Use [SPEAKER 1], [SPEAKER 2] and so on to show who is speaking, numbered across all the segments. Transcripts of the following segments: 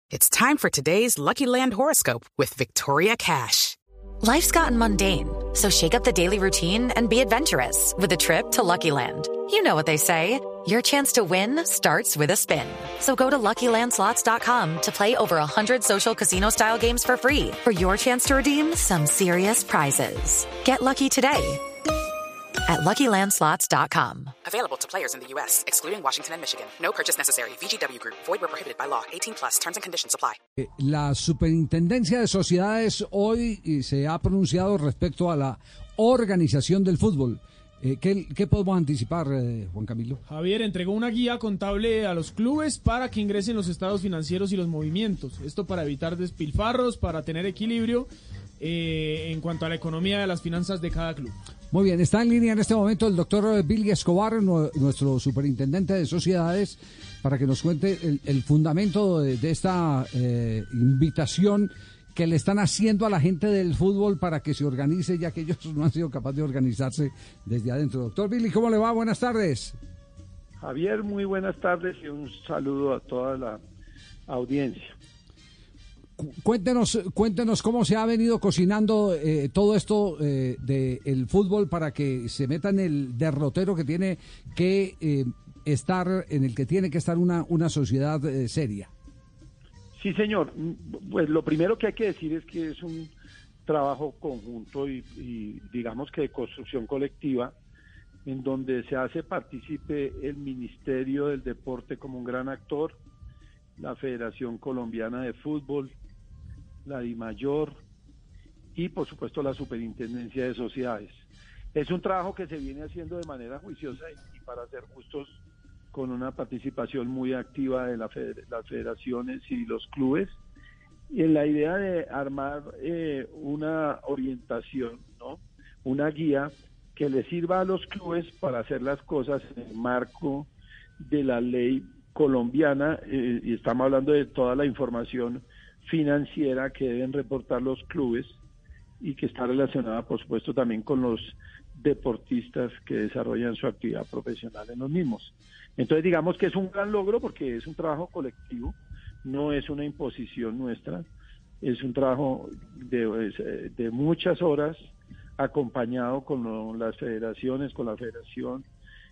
[SPEAKER 1] It's time for today's Lucky Land horoscope with Victoria Cash.
[SPEAKER 2] Life's gotten mundane, so shake up the daily routine and be adventurous with a trip to Lucky Land. You know what they say, your chance to win starts with a spin. So go to LuckyLandSlots.com to play over 100 social casino-style games for free for your chance to redeem some serious prizes. Get lucky today at LuckyLandSlots.com.
[SPEAKER 1] Available to players in the U.S., excluding Washington and Michigan. No purchase necessary. VGW Group. Void where prohibited by law. 18+. Terms and conditions apply.
[SPEAKER 3] La Superintendencia de Sociedades hoy se ha pronunciado respecto a la organización del fútbol. ¿Qué podemos anticipar, Juan Camilo?
[SPEAKER 4] Javier entregó una guía contable a los clubes para que ingresen los estados financieros y los movimientos. Esto para evitar despilfarros, para tener equilibrio en cuanto a la economía de las finanzas de cada club.
[SPEAKER 3] Muy bien, está en línea en este momento el doctor Billy Escobar, nuestro superintendente de sociedades, para que nos cuente el fundamento de esta invitación que le están haciendo a la gente del fútbol para que se organice, ya que ellos no han sido capaces de organizarse desde adentro. Doctor Billy, ¿cómo le va? Buenas tardes.
[SPEAKER 5] Javier, muy buenas tardes y un saludo a toda la audiencia.
[SPEAKER 3] Cuéntenos cómo se ha venido cocinando todo esto del fútbol para que se meta en el derrotero que tiene que estar, en el que tiene que estar una sociedad seria.
[SPEAKER 5] Sí, señor. Pues lo primero que hay que decir es que es un trabajo conjunto y digamos que de construcción colectiva, en donde se hace partícipe el Ministerio del Deporte como un gran actor, la Federación Colombiana de Fútbol, la DIMAYOR y por supuesto la Superintendencia de Sociedades. Es un trabajo que se viene haciendo de manera juiciosa y para ser justos, con una participación muy activa de las federaciones y los clubes, y en la idea de armar una orientación, ¿no? Una guía que le sirva a los clubes para hacer las cosas en el marco de la ley colombiana, y estamos hablando de toda la información financiera que deben reportar los clubes y que está relacionada, por supuesto, también con los deportistas que desarrollan su actividad profesional en los mismos. Entonces, digamos que es un gran logro porque es un trabajo colectivo, no es una imposición nuestra, es un trabajo de muchas horas, acompañado con las federaciones, con la federación,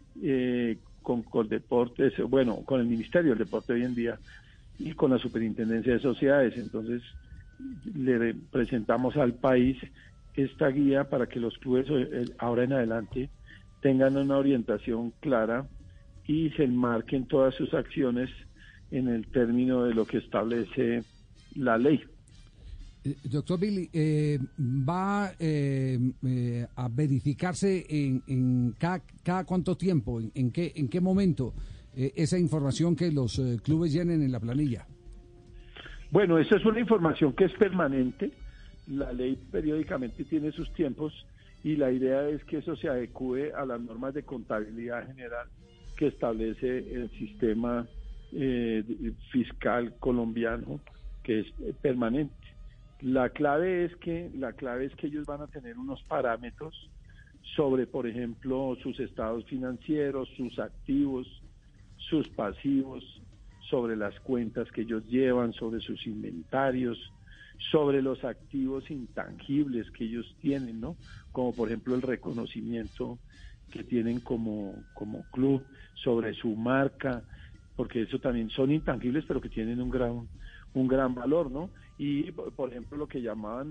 [SPEAKER 5] con deportes, bueno, con el Ministerio del Deporte hoy en día y con la Superintendencia de Sociedades. Entonces le presentamos al país esta guía para que los clubes ahora en adelante tengan una orientación clara y se enmarquen todas sus acciones en el término de lo que establece la ley.
[SPEAKER 3] Doctor Billy, ¿va a verificarse en cada cuánto tiempo, en qué momento esa información que los clubes llenen en la planilla?
[SPEAKER 5] Bueno, esa es una información que es permanente. La ley periódicamente tiene sus tiempos y la idea es que eso se adecue a las normas de contabilidad general que establece el sistema fiscal colombiano, que es permanente. La clave es que ellos van a tener unos parámetros sobre, por ejemplo, sus estados financieros, sus activos, sus pasivos, sobre las cuentas que ellos llevan, sobre sus inventarios, sobre los activos intangibles que ellos tienen, ¿no? Como por ejemplo el reconocimiento que tienen como club, sobre su marca, porque eso también son intangibles, pero que tienen un gran valor, ¿no? Y por ejemplo lo que llamaban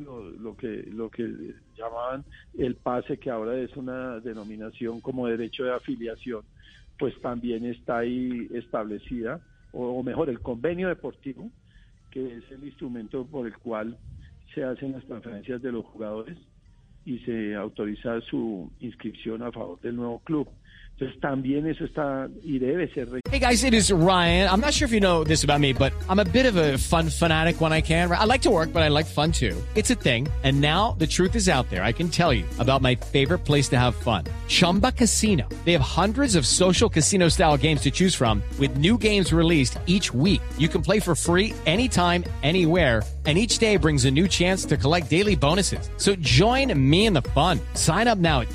[SPEAKER 5] llamaban el pase, que ahora es una denominación como derecho de afiliación, pues también está ahí establecida, o mejor, el convenio deportivo, que es el instrumento por el cual se hacen las transferencias de los jugadores y se autoriza su inscripción a favor del nuevo club. Entonces también eso está y debe ser.
[SPEAKER 6] Hey guys, it is Ryan. I'm not sure if you know this about me, but I'm a bit of a fun fanatic when I can. I like to work, but I like fun too. It's a thing. And now the truth is out there. I can tell you about my favorite place to have fun. Chumba Casino. They have hundreds of social casino style games to choose from with new games released each week. You can play for free anytime, anywhere. And each day brings a new chance to collect daily bonuses. So join me in the fun. Sign up now at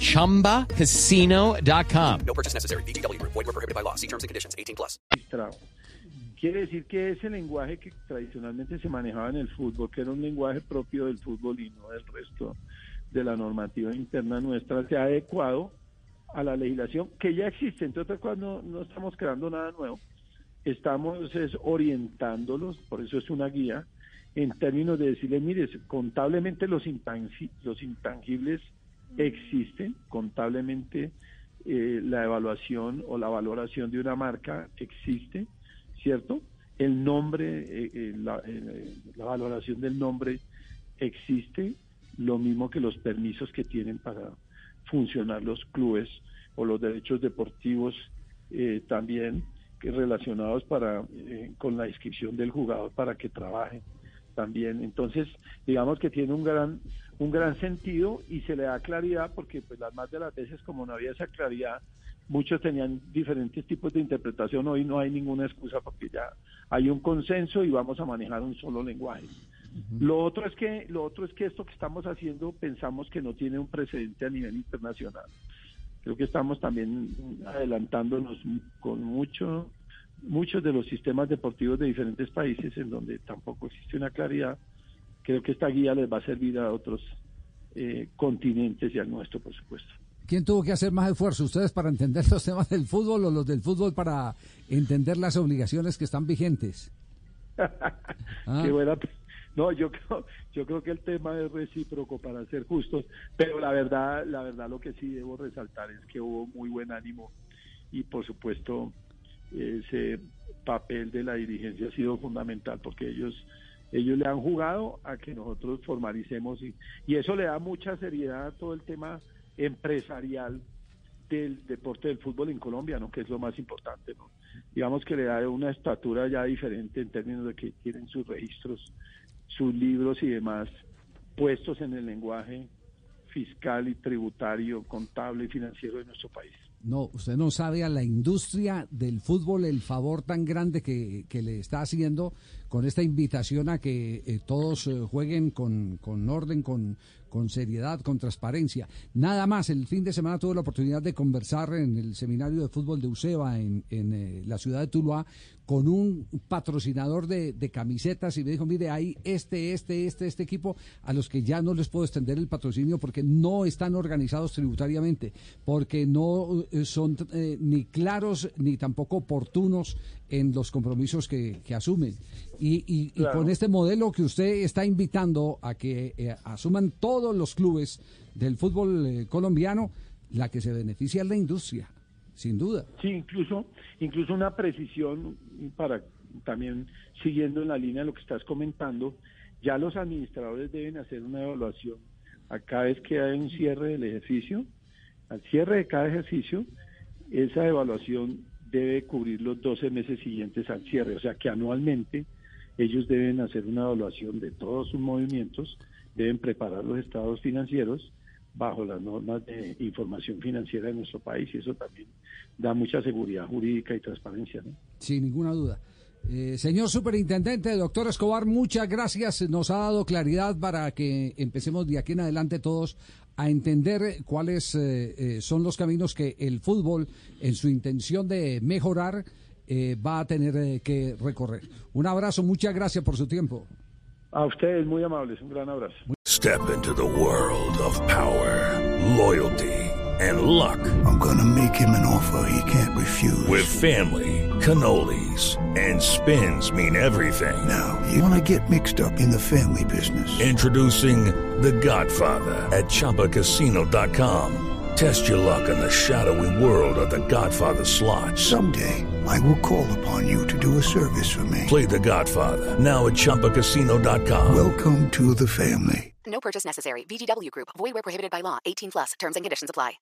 [SPEAKER 6] ChumbaCasino.com.
[SPEAKER 7] No purchase necessary. VGW Group. Void where prohibited by law. See terms and conditions. 18+.
[SPEAKER 5] Quiere decir que ese lenguaje que tradicionalmente se manejaba en el fútbol, que era un lenguaje propio del fútbol y no del resto de la normativa interna nuestra, se ha adecuado a la legislación que ya existe. Entre otras cosas, no estamos creando nada nuevo, estamos orientándolos, por eso es una guía, en términos de decirle, mire, contablemente los intangibles existen, contablemente la evaluación o la valoración de una marca existe, ¿cierto? El nombre, la valoración del nombre existe, lo mismo que los permisos que tienen para funcionar los clubes o los derechos deportivos también relacionados con la inscripción del jugador para que trabaje también. Entonces, digamos que tiene un gran sentido y se le da claridad porque pues las más de las veces como no había esa claridad, muchos tenían diferentes tipos de interpretación. Hoy no hay ninguna excusa porque ya hay un consenso y vamos a manejar un solo lenguaje. Uh-huh. Lo otro es que esto que estamos haciendo pensamos que no tiene un precedente a nivel internacional. Creo que estamos también adelantándonos con muchos de los sistemas deportivos de diferentes países en donde tampoco existe una claridad. Creo que esta guía les va a servir a otros continentes y al nuestro, por supuesto.
[SPEAKER 3] ¿Quién tuvo que hacer más esfuerzo? ¿Ustedes para entender los temas del fútbol o los del fútbol para entender las obligaciones que están vigentes?
[SPEAKER 5] Qué buena. No, yo creo que el tema es recíproco para ser justos, pero la verdad lo que sí debo resaltar es que hubo muy buen ánimo y por supuesto ese papel de la dirigencia ha sido fundamental porque ellos le han jugado a que nosotros formalicemos y eso le da mucha seriedad a todo el tema empresarial del deporte del fútbol en Colombia, ¿no? Que es lo más importante, ¿no? Digamos que le da una estatura ya diferente en términos de que tienen sus registros, sus libros y demás puestos en el lenguaje fiscal y tributario, contable y financiero de nuestro país.
[SPEAKER 3] No, usted no sabe a la industria del fútbol el favor tan grande que le está haciendo con esta invitación a que todos jueguen con orden, con seriedad, con transparencia. Nada más, el fin de semana tuve la oportunidad de conversar en el seminario de fútbol de UCEBA en la ciudad de Tuluá con un patrocinador de camisetas y me dijo, mire, hay este equipo a los que ya no les puedo extender el patrocinio porque no están organizados tributariamente, porque no son ni claros ni tampoco oportunos en los compromisos que asumen. Y claro, con este modelo que usted está invitando a que asuman todos los clubes del fútbol colombiano, la que se beneficia es la industria, sin duda.
[SPEAKER 5] Sí, incluso una precisión para también siguiendo en la línea de lo que estás comentando, ya los administradores deben hacer una evaluación a cada vez que hay un cierre del ejercicio, al cierre de cada ejercicio, esa evaluación debe cubrir los 12 meses siguientes al cierre, o sea que anualmente ellos deben hacer una evaluación de todos sus movimientos, deben preparar los estados financieros bajo las normas de información financiera de nuestro país y eso también da mucha seguridad jurídica y transparencia, ¿no?
[SPEAKER 3] Sin ninguna duda. Señor Superintendente, doctor Escobar, muchas gracias. Nos ha dado claridad para que empecemos de aquí en adelante todos a entender cuáles son los caminos que el fútbol, en su intención de mejorar, va a tener que recorrer. Un abrazo, muchas gracias por su tiempo.
[SPEAKER 5] A ustedes, muy amables, un gran abrazo.
[SPEAKER 7] Step into the world of power, loyalty, and luck.
[SPEAKER 8] I'm gonna make him an offer he can't refuse.
[SPEAKER 7] With family, cannolis, and spins mean everything.
[SPEAKER 8] Now, you wanna get mixed up in the family business.
[SPEAKER 7] Introducing The Godfather at ChumbaCasino.com. Test your luck in the shadowy world of The Godfather slot.
[SPEAKER 8] Someday, I will call upon you to do a service for me.
[SPEAKER 7] Play The Godfather, now at ChumbaCasino.com.
[SPEAKER 8] Welcome to the family.
[SPEAKER 1] No purchase necessary. VGW Group. Void where prohibited by law. 18+. Terms and conditions apply.